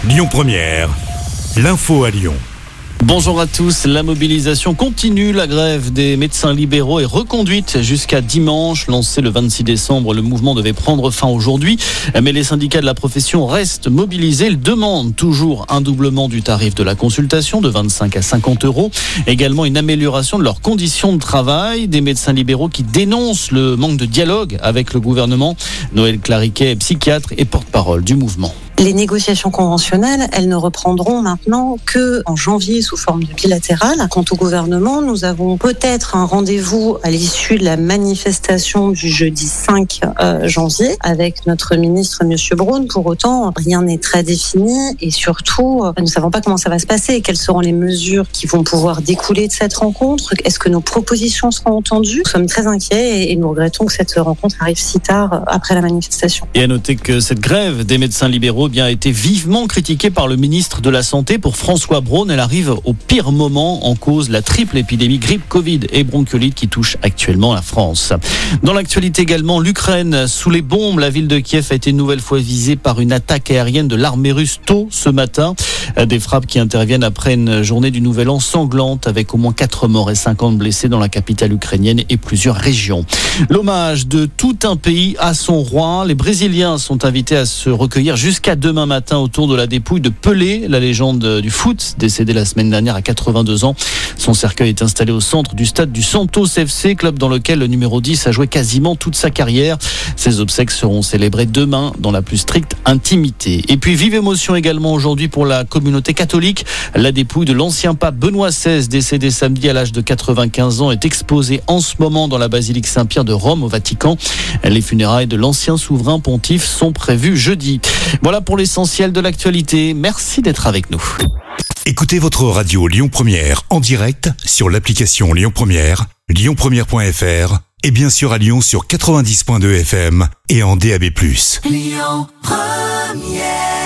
Lyon Première, l'info à Lyon. Bonjour à tous, la mobilisation continue, la grève des médecins libéraux est reconduite jusqu'à dimanche. Lancé le 26 décembre, le mouvement devait prendre fin aujourd'hui, mais les syndicats de la profession restent mobilisés. Ils demandent toujours un doublement du tarif de la consultation de 25 à 50 €, également une amélioration de leurs conditions de travail. Des médecins libéraux qui dénoncent le manque de dialogue avec le gouvernement. Noël Clariquet est psychiatre et porte-parole du mouvement. Les négociations conventionnelles, elles ne reprendront maintenant que en janvier sous forme de bilatérale. Quant au gouvernement, nous avons peut-être un rendez-vous à l'issue de la manifestation du jeudi 5 janvier avec notre ministre Monsieur Braun. Pour autant, rien n'est très défini et surtout, nous ne savons pas comment ça va se passer. Quelles seront les mesures qui vont pouvoir découler de cette rencontre? Est-ce que nos propositions seront entendues? Nous sommes très inquiets et nous regrettons que cette rencontre arrive si tard après la manifestation. Et à noter que cette grève des médecins libéraux a été vivement critiquée par le ministre de la Santé. Pour François Braun, elle arrive au pire moment, en cause la triple épidémie grippe, Covid et bronchiolite qui touche actuellement la France. Dans l'actualité également, l'Ukraine sous les bombes. La ville de Kiev a été une nouvelle fois visée par une attaque aérienne de l'armée russe tôt ce matin. Des frappes qui interviennent après une journée du Nouvel An sanglante avec au moins 4 morts et 50 blessés dans la capitale ukrainienne et plusieurs régions. L'hommage de tout un pays à son roi. Les Brésiliens sont invités à se recueillir jusqu'à demain matin autour de la dépouille de Pelé, la légende du foot, décédé la semaine dernière à 82 ans. Son cercueil est installé au centre du stade du Santos FC, club dans lequel le numéro 10 a joué quasiment toute sa carrière. Ses obsèques seront célébrées demain dans la plus stricte intimité. Et puis vive émotion également aujourd'hui pour la communauté catholique. La dépouille de l'ancien pape Benoît XVI, décédé samedi à l'âge de 95 ans, est exposée en ce moment dans la basilique Saint-Pierre de Rome au Vatican. Les funérailles de l'ancien souverain pontife sont prévues jeudi. Voilà pour l'essentiel de l'actualité. Merci d'être avec nous. Écoutez votre radio Lyon Première en direct sur l'application Lyon Première, lyonpremière.fr et bien sûr à Lyon sur 90.2 FM et en DAB+. Lyon Première.